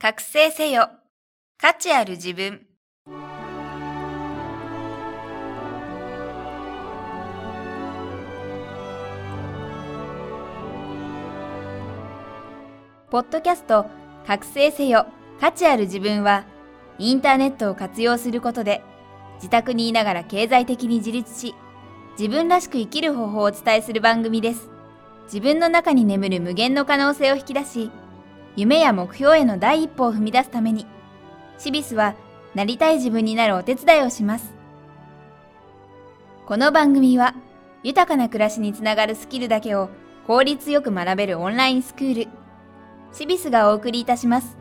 覚醒せよ。価値ある自分。ポッドキャスト覚醒せよ。価値ある自分は、インターネットを活用することで、自宅にいながら経済的に自立し、自分らしく生きる方法をお伝えする番組です。自分の中に眠る無限の可能性を引き出し、夢や目標への第一歩を踏み出すために、シビスはなりたい自分になるお手伝いをします。この番組は、豊かな暮らしにつながるスキルだけを効率よく学べるオンラインスクール、シビスがお送りいたします。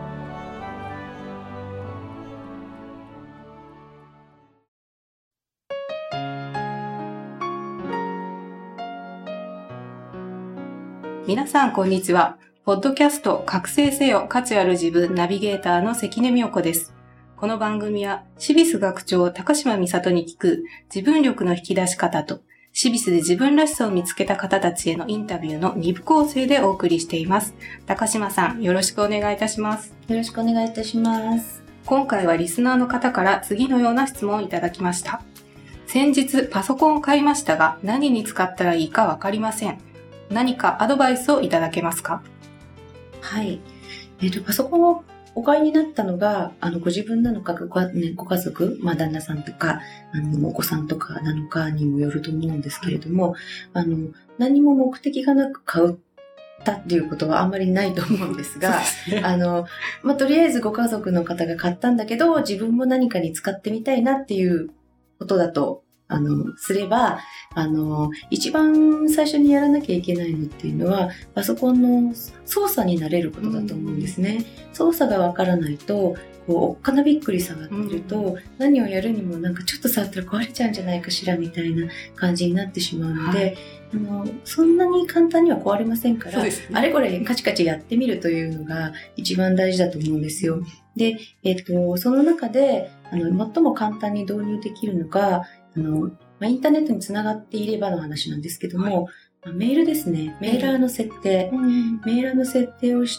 皆さんこんにちは。ポッドキャスト覚醒せよ価値ある自分ナビゲーターの関根美代子です。この番組はシビス学長高島美里に聞く自分力の引き出し方とシビスで自分らしさを見つけた方たちへのインタビューの2部構成でお送りしています。高島さん、よろしくお願いいたします。 よろしくお願いいたします。 今回はリスナーの方から次のような質問をいただきました。先日パソコンを買いましたが何に使ったらいいかわかりません。何かアドバイスをいただけますか？ はい。パソコンをお買いになったのが、ご自分なのか、ご家族、旦那さんとか、お子さんとかなのかにもよると思うんですけれども、何も目的がなく買ったっていうことはあんまりないと思うんですが、とりあえずご家族の方が買ったんだけど、自分も何かに使ってみたいなっていうことだと、すれば、一番最初にやらなきゃいけないのっていうのは、パソコンの操作になれることだと思うんですね。操作がわからないと、おっかなびっくり触ってると、何をやるにもちょっと触ったら壊れちゃうんじゃないかしらみたいな感じになってしまうので、そんなに簡単には壊れませんから、あれこれカチカチやってみるというのが一番大事だと思うんですよ。で、その中で、最も簡単に導入できるのが、インターネットにつながっていればの話なんですけども、メールですね。メーラーの設定。メーラーの設定をして、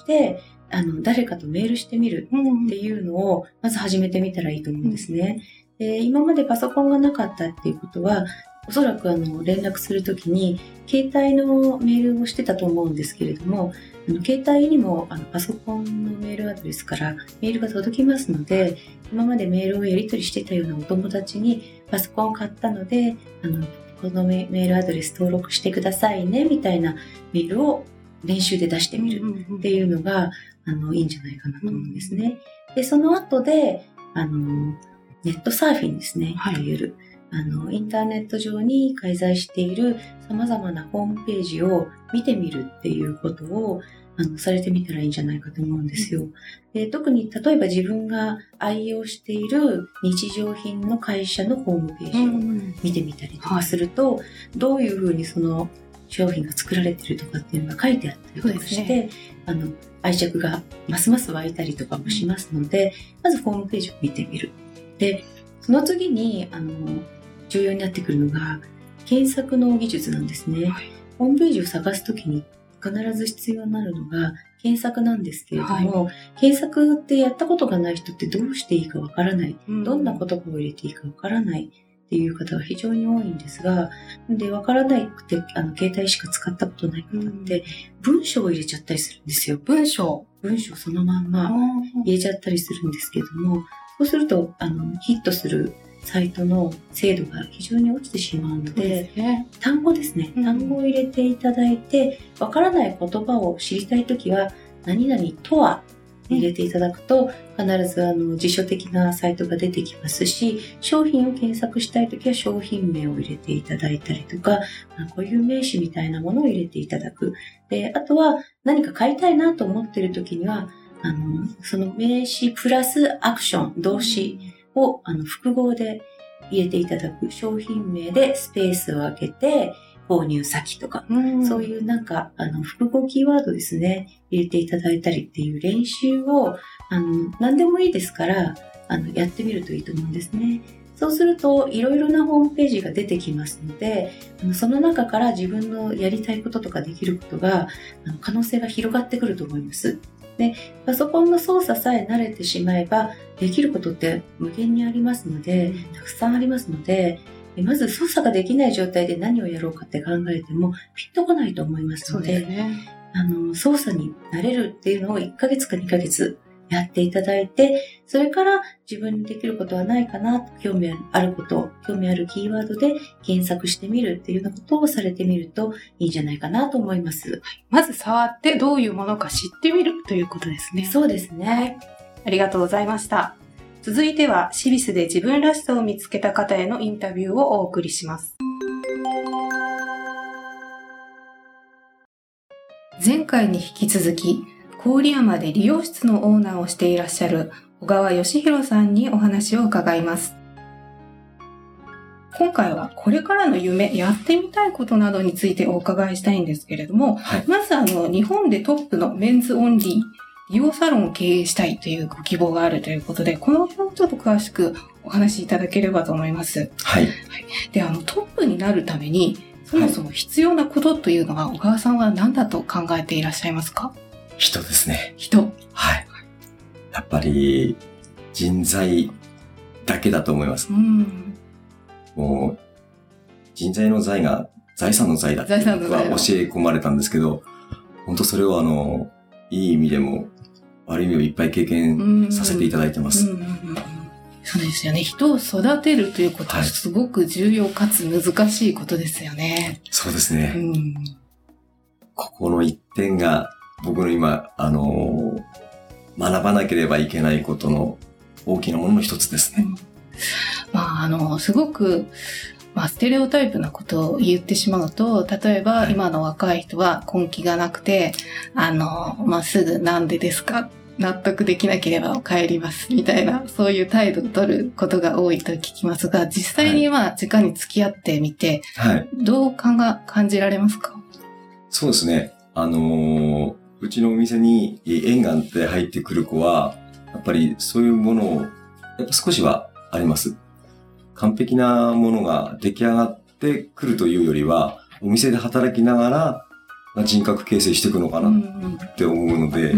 誰かとメールしてみるっていうのを、まず始めてみたらいいと思うんですね。で、今までパソコンがなかったっていうことは、おそらく連絡するときに、携帯のメールをしてたと思うんですけれども、携帯にもパソコンのメールアドレスからメールが届きますので、今までメールをやり取りしてたようなお友達にパソコンを買ったので、このメールアドレス登録してくださいねみたいなメールを練習で出してみるっていうのがいいんじゃないかなと思うんですね。で、その後でネットサーフィンですね、いわゆるインターネット上に介在している様々なホームページを見てみるっていうことをされてみたらいいんじゃないかと思うんですよ。で、特に例えば自分が愛用している日常品の会社のホームページを見てみたりとかすると、どういうふうにその商品が作られているとかっていうのが書いてあったりとかして、愛着がますます湧いたりとかもしますので、まずホームページを見てみる。で、その次に重要になってくるのが検索の技術なんですね。ホームページを探すときに必ず必要になるのが検索なんですけれども、検索ってやったことがない人ってどうしていいかわからない、どんな言葉を入れていいかわからないっていう方が非常に多いんですが、で、わからなくて携帯しか使ったことない方って文章を入れちゃったりするんですよ。文章そのまんま入れちゃったりするんですけども、そうするとヒットするサイトの精度が非常に落ちてしまうので、単語ですね。単語を入れていただいて、わからない言葉を知りたいときは、何々とは入れていただくと、必ず辞書的なサイトが出てきますし、商品を検索したいときは商品名を入れていただいたりとか、固有名詞みたいなものを入れていただく。で、あとは何か買いたいなと思っているときには、その名詞プラスアクション、動詞を複合で入れていただく。商品名でスペースを空けて購入先とか、そういう複合キーワードですね、入れていただいたりっていう練習を何でもいいですからやってみるといいと思うんですね。そうするといろいろなホームページが出てきますので、その中から自分のやりたいこととかできることが可能性が広がってくると思います。 で、パソコンの操作さえ慣れてしまえば、できることって無限にありますので、たくさんありますので、まず操作ができない状態で何をやろうかって考えても、ピンとこないと思いますので、操作に慣れるっていうのを1ヶ月か2ヶ月やっていただいて、それから自分にできることはないかな、興味あるキーワードで検索してみるっていうようなことをされてみるといいんじゃないかなと思います。 まず触ってどういうものか知ってみるということですね。 そうですね。 ありがとうございました。続いては、シビスで自分らしさを見つけた方へのインタビューをお送りします。前回に引き続き、郡山で理容室のオーナーをしていらっしゃる小川義弘さんにお話を伺います。今回はこれからの夢、やってみたいことなどについてお伺いしたいんですけれども、まず日本でトップのメンズオンリー美容サロンを経営したいというご希望があるということで、この辺をちょっと詳しくお話しいただければと思います。 はい。 で、トップになるために、そもそも必要なことというのは、小川さんは何だと考えていらっしゃいますか？ 人ですね。 人。 はい。やっぱり、人材だけだと思います。もう、人材の財が財産の財だって僕は教え込まれたんですけど、本当それをいい意味でも悪い意味をいっぱい経験させていただいてます。 そうですよね。人を育てるということはすごく重要かつ難しいことですよね。 そうですね。ここの一点が僕の今、学ばなければいけないことの大きなものの一つですね。 すごく、ステレオタイプなことを言ってしまうと、例えば、今の若い人は根気がなくて、すぐなんでですか？納得できなければ帰ります。みたいな、そういう態度を取ることが多いと聞きますが、実際に直に付き合ってみて、どう感じられますか？ そうですね。うちのお店に縁があって入ってくる子は、やっぱりそういうものを、やっぱ少しはあります。完璧なものが出来上がってくるというよりは、お店で働きながら人格形成していくのかなって思うので、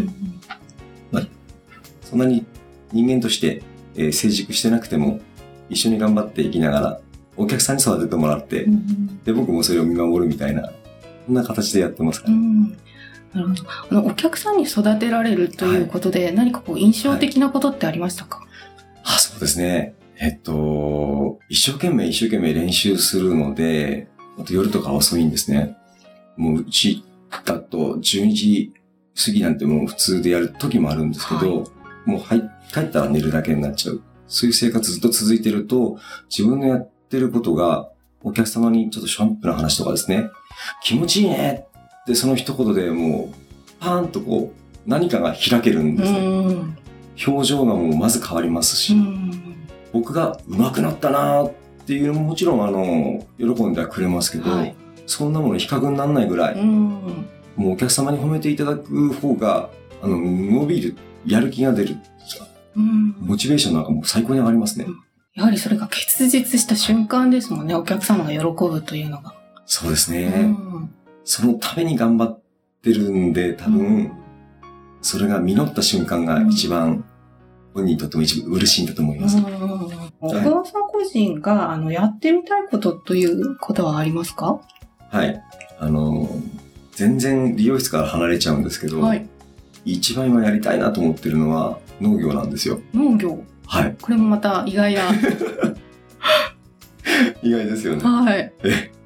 そんなに人間として成熟してなくても一緒に頑張っていきながらお客さんに育ててもらって、で僕もそれを見守るみたいな、そんな形でやってますから。 なるほど。お客さんに育てられるということで、何か印象的なことってありましたか？ そうですね。一生懸命練習するので、あと夜とか遅いんですね。もううちだと12時過ぎなんてもう普通でやる時もあるんですけど、もう帰ったら寝るだけになっちゃう。そういう生活ずっと続いてると、自分のやってることがお客様にちょっとシャンプーな話とかですね、気持ちいいねってその一言でもうパーンと何かが開けるんですね。表情がもうまず変わりますし、僕が上手くなったなっていうのももちろん喜んではくれますけど、そんなもの比較にならないぐらい、もうお客様に褒めていただく方が伸びる、やる気が出る、モチベーションなんかもう最高に上がりますね。 やはりそれが結実した瞬間ですもんね、お客様が喜ぶというのが。 そうですね。そのために頑張ってるんで、多分、それが実った瞬間が一番、本人にとっても一番嬉しいんだと思います。 小川さん個人がやってみたいことということはありますか？ はい。全然理容室から離れちゃうんですけど、一番今やりたいなと思ってるのは農業なんですよ。 農業？はい。これもまた意外な。 意外ですよね。 はい。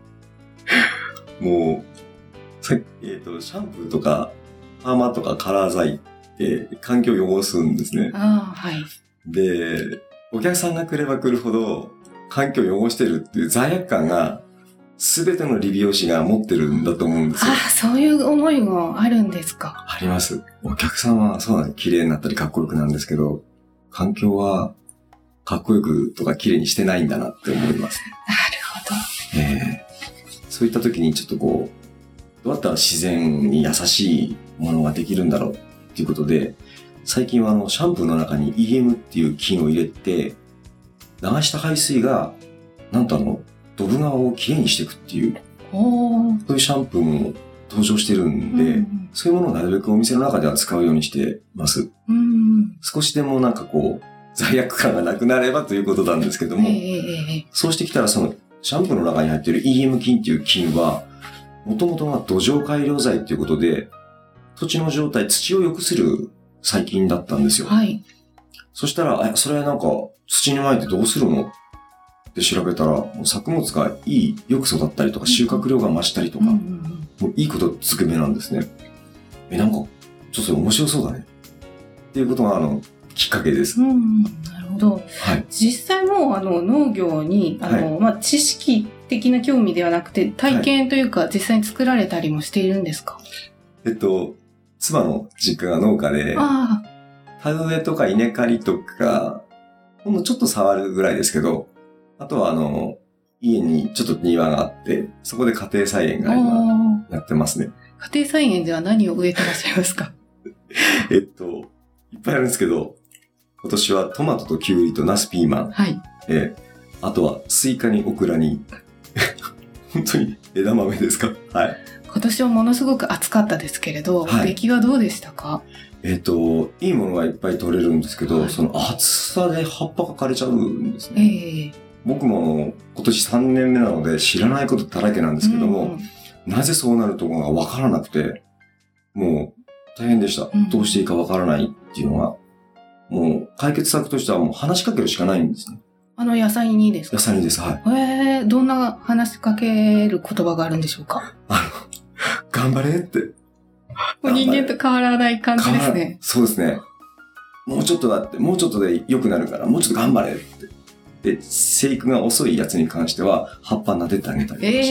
もう、シャンプーとか、パーマとかカラー剤って環境を汚すんですね。で、お客さんが来れば来るほど環境を汚してるっていう罪悪感が全ての理美容師が持ってるんだと思うんですよ。 そういう思いもあるんですか？ あります。お客さんはそうなんです。綺麗になったりかっこよくなんですけど、環境はかっこよくとか綺麗にしてないんだなって思います。 なるほど。 そういった時にちょっとどうやったら自然に優しいものができるんだろうっていうことで、最近はシャンプーの中に EM っていう菌を入れて、流した排水が、なんとドブ川をきれいにしていくっていう、そういうシャンプーも登場してるんで、そういうものをなるべくお店の中では使うようにしてます。少しでもなんかこう、罪悪感がなくなればということなんですけども、そうしてきたらそのシャンプーの中に入っている EM 菌っていう菌は、もともとは土壌改良剤ということで、土地の状態、土を良くする細菌だったんですよ。はい。そしたら、それなんか土に撒いてどうするのって調べたら、作物がよく育ったりとか、収穫量が増したりとか、もういいことつくめなんですね。なんか、ちょっと面白そうだね。っていうことが、きっかけです。 なるほど。はい。実際も農業に、知識的な興味ではなくて、体験というか、実際に作られたりもしているんですか？ 妻の実家が農家で、田植えとか稲刈りとか、ほんのちょっと触るぐらいですけど、あとは家にちょっと庭があって、そこで家庭菜園が今やってますね。 家庭菜園では何を植えてらっしゃいますか？ いっぱいあるんですけど、今年はトマトとキュウリとナスピーマン。はい。あとはスイカにオクラに、本当に枝豆ですか？はい。 今年はものすごく暑かったですけれど、出来はどうでしたか？ いいものがいっぱい取れるんですけど、その暑さで葉っぱが枯れちゃうんですね。僕も今年3年目なので知らないことだらけなんですけども、なぜそうなるとかがわからなくて、もう大変でした。どうしていいかわからないっていうのが、もう解決策としてはもう話しかけるしかないんですね。 野菜にですか？ 野菜にです、はい。どんな話しかける言葉があるんでしょうか？ 頑張れって。 もう人間と変わらない感じですね。 そうですね。もうちょっとだって、もうちょっとで良くなるから、もうちょっと頑張れって。で、生育が遅いやつに関しては、葉っぱ撫でてあげたりとかして、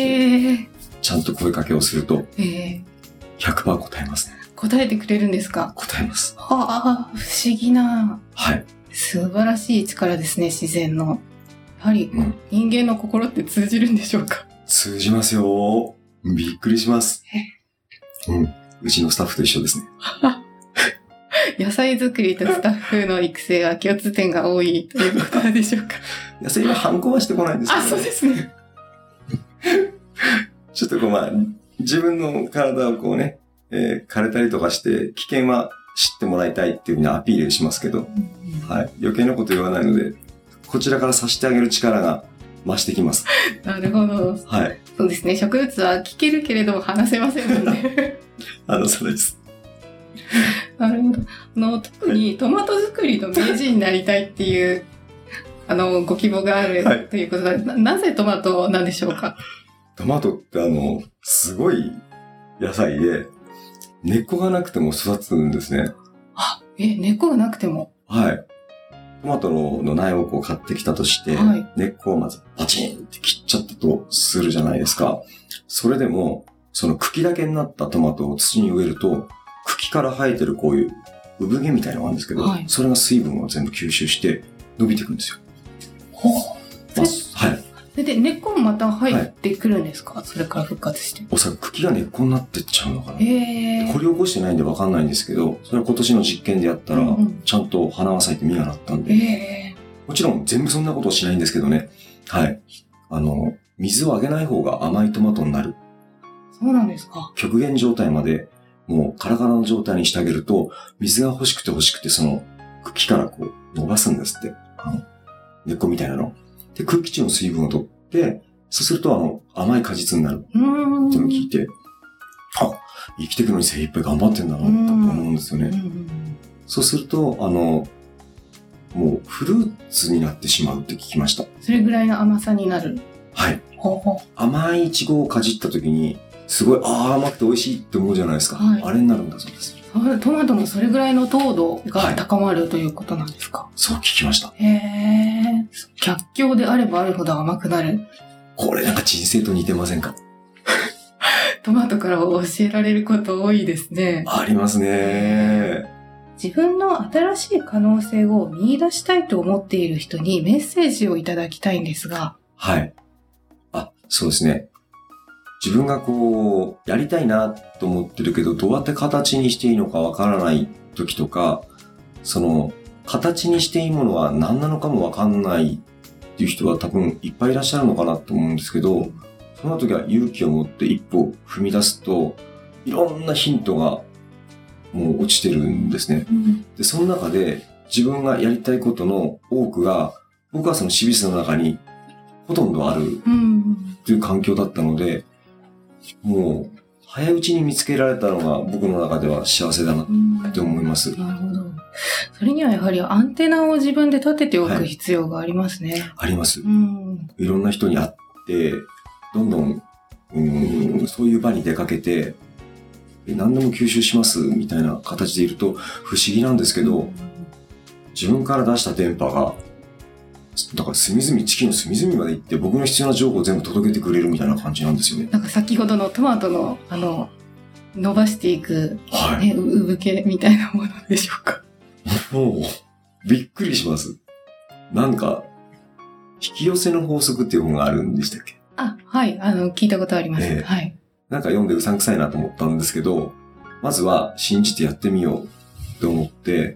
ちゃんと声かけをすると、100% 答えますね。 答えてくれるんですか？ 答えます。 不思議な。 はい。 素晴らしい力ですね、自然の。やはり、人間の心って通じるんでしょうか？ 通じますよ。びっくりします。うちのスタッフと一緒ですね。 野菜作りとスタッフの育成は共通点が多いということなんでしょうか？ 野菜は反抗はしてこないんですけど、 そうですね。 ちょっと自分の体を枯れたりとかして、危険は知ってもらいたいっていうふうにアピールしますけど、はい。余計なこと言わないので、こちらからさせてあげる力が増してきます。 なるほど。はい。そうですね。植物は聞けるけれども話せませんもんね。 そうです。 なるほど。特にトマト作りの名人になりたいっていう、ご希望があるということで、なぜトマトなんでしょうか？ トマトってすごい野菜で、根っこがなくても育つんですね。 根っこがなくても？ はい。トマトの苗を買ってきたとして、根っこをまずパチンって切っちゃったとするじゃないですか。それでも、その茎だけになったトマトを土に植えると、茎から生えてるこういう産毛みたいなのがあるんですけど、それが水分を全部吸収して伸びていくんですよ。はい。 で、根っこもまた入ってくるんですか？それから復活して。 おそらく茎が根っこになってっちゃうのかな。掘り起こしてないんでわかんないんですけど、それは今年の実験でやったら、ちゃんと花が咲いて実がなったんで。もちろん全部そんなことはしないんですけどね。はい。水をあげない方が甘いトマトになる。 そうなんですか。 極限状態まで、もうカラカラの状態にしてあげると、水が欲しくて、その茎から伸ばすんですって。根っこみたいなの。で、空気中の水分を取って、そうすると甘い果実になるっていうのを聞いて、生きていくのに精一杯頑張ってんだなと思うんですよね。そうすると、もうフルーツになってしまうって聞きました。 それぐらいの甘さになる？ はい。甘いイチゴをかじった時に、すごい、甘くて美味しいって思うじゃないですか。あれになるんだそうです。 トマトもそれぐらいの糖度が高まるということなんですか？ そう聞きました。 逆境であればあるほど甘くなる。 これなんか人生と似てませんか？ トマトから教えられること多いですね。 ありますね。 自分の新しい可能性を見出したいと思っている人にメッセージをいただきたいんですが。 はい。そうですね。自分がやりたいなと思ってるけど、どうやって形にしていいのかわからない時とか、形にしていいものは何なのかもわかんないっていう人は多分いっぱいいらっしゃるのかなと思うんですけど、その時は勇気を持って一歩踏み出すと、 いろんなヒントがもう落ちてるんですね。で、その中で自分がやりたいことの多くが、僕はそのシビスの中にほとんどあるという環境だったので、もう早いうちに見つけられたのが僕の中では幸せだなって思います。 なるほど。それにはやはりアンテナを自分で立てておく必要がありますね。 あります。いろんな人に会って、どんどん、そういう場に出かけて、何でも吸収しますみたいな形でいると不思議なんですけど、自分から出した電波が、だから地球の隅々まで行って僕の必要な情報を全部届けてくれるみたいな感じなんですよね。 なんか先ほどのトマトの伸ばしていく、産毛みたいなものでしょうか。 もう、びっくりします。なんか、引き寄せの法則っていう本があるんでしたっけ？ はい。聞いたことあります。はい。 なんか読んでうさんくさいなと思ったんですけど、まずは信じてやってみようと思って、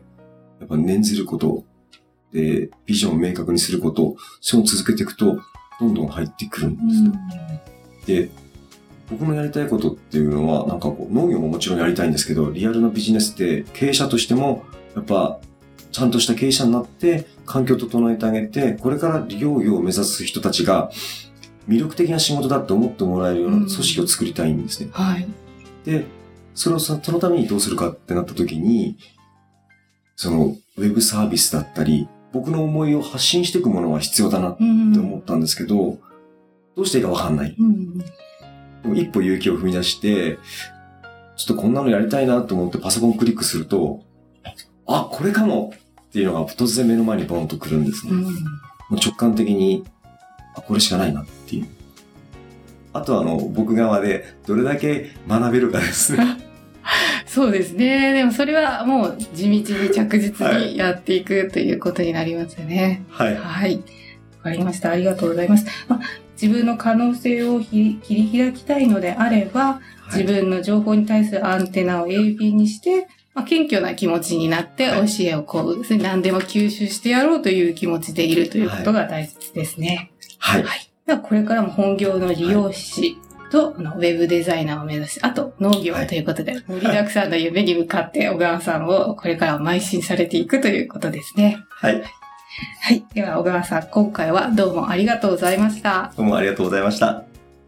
やっぱ念ずること、で、ビジョンを明確にすること、それを続けていくと、どんどん入ってくるんです。で、僕のやりたいことっていうのは、なんかこう、農業ももちろんやりたいんですけど、リアルなビジネスって経営者としても、やっぱ、ちゃんとした経営者になって、環境を整えてあげて、これから漁業を目指す人たちが、魅力的な仕事だって思ってもらえるような組織を作りたいんですね。 はい。 で、そのためにどうするかってなった時に、そのウェブサービスだったり、僕の思いを発信していくものは必要だなって思ったんですけど、どうしていいかわかんない。でも一歩勇気を踏み出して、ちょっとこんなのやりたいなと思ってパソコンクリックすると、あ、これかもっていうのが突然目の前にボンと来るんですね。もう直感的に、これしかないなっていう。あとは僕側でどれだけ学べるかですね。 そうですね。でもそれはもう地道に着実にやっていくということになりますよね。 はい。 はい。わかりました。ありがとうございます。自分の可能性を切り開きたいのであれば、自分の情報に対するアンテナを鋭敏にして、謙虚な気持ちになって教えをこう、何でも吸収してやろうという気持ちでいるということが大切ですね。 はい。 ではこれからも本業の理容師と、ウェブデザイナーを目指し、あと農業ということで、盛りだくさんの夢に向かって小川さんをこれから邁進されていくということですね。 はい。 はい。では小川さん、今回はどうもありがとうございました。 どうもありがとうございました。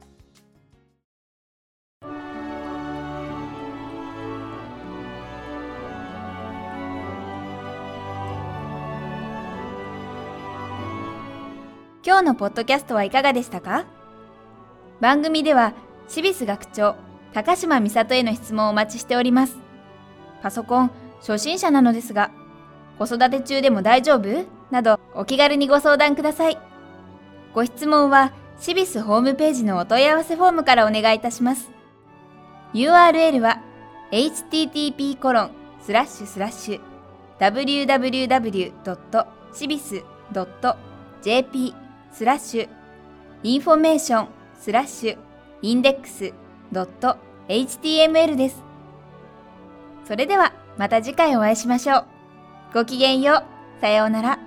今日のポッドキャストはいかがでしたか？番組では、シビス学長、高島美里への質問をお待ちしております。パソコン、初心者なのですが、子育て中でも大丈夫？など、お気軽にご相談ください。ご質問は、シビスホームページのお問い合わせフォームからお願いいたします。URL は、http://www.shibis.jp/index.html です。それでは、また次回お会いしましょう。ごきげんよう。さようなら。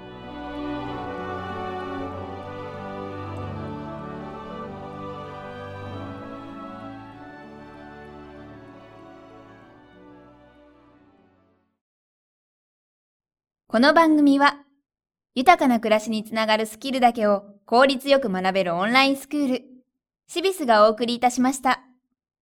この番組は、豊かな暮らしにつながるスキルだけを効率よく学べるオンラインスクール、シビスがお送りいたしました。